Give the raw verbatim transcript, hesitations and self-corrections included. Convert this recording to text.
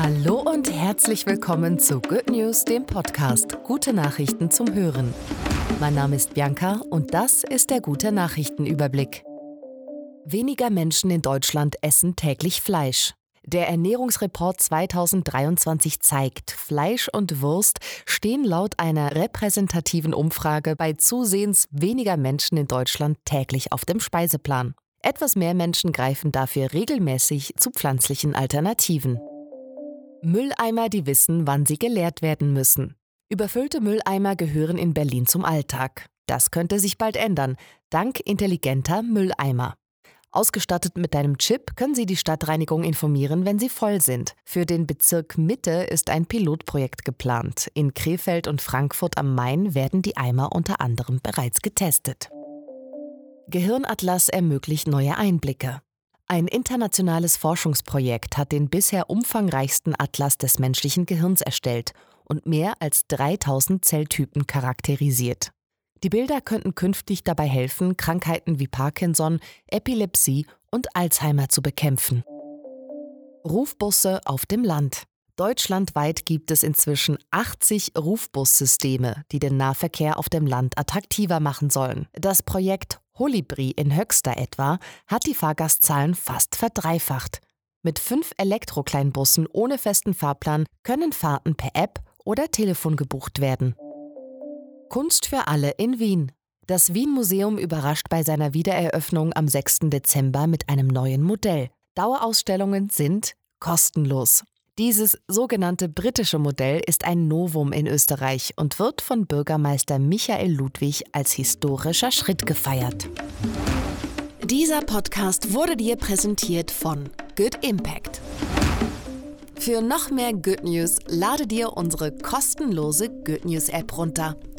Hallo und herzlich willkommen zu Good News, dem Podcast Gute Nachrichten zum Hören. Mein Name ist Bianca und das ist der Gute Nachrichtenüberblick. Weniger Menschen in Deutschland essen täglich Fleisch. Der Ernährungsreport zweitausenddreiundzwanzig zeigt, Fleisch und Wurst stehen laut einer repräsentativen Umfrage bei zusehends weniger Menschen in Deutschland täglich auf dem Speiseplan. Etwas mehr Menschen greifen dafür regelmäßig zu pflanzlichen Alternativen. Mülleimer, die wissen, wann sie geleert werden müssen. Überfüllte Mülleimer gehören in Berlin zum Alltag. Das könnte sich bald ändern, dank intelligenter Mülleimer. Ausgestattet mit einem Chip können Sie die Stadtreinigung informieren, wenn sie voll sind. Für den Bezirk Mitte ist ein Pilotprojekt geplant. In Krefeld und Frankfurt am Main werden die Eimer unter anderem bereits getestet. Gehirnatlas ermöglicht neue Einblicke. Ein internationales Forschungsprojekt hat den bisher umfangreichsten Atlas des menschlichen Gehirns erstellt und mehr als dreitausend Zelltypen charakterisiert. Die Bilder könnten künftig dabei helfen, Krankheiten wie Parkinson, Epilepsie und Alzheimer zu bekämpfen. Rufbusse auf dem Land. Deutschlandweit gibt es inzwischen achtzig Rufbussysteme, die den Nahverkehr auf dem Land attraktiver machen sollen. Das Projekt Holibri in Höxter etwa hat die Fahrgastzahlen fast verdreifacht. Mit fünf Elektrokleinbussen ohne festen Fahrplan können Fahrten per App oder Telefon gebucht werden. Kunst für alle in Wien. Das Wien-Museum überrascht bei seiner Wiedereröffnung am sechsten Dezember mit einem neuen Modell. Dauerausstellungen sind kostenlos. Dieses sogenannte britische Modell ist ein Novum in Österreich und wird von Bürgermeister Michael Ludwig als historischer Schritt gefeiert. Dieser Podcast wurde dir präsentiert von Good Impact. Für noch mehr Good News lade dir unsere kostenlose Good News App runter.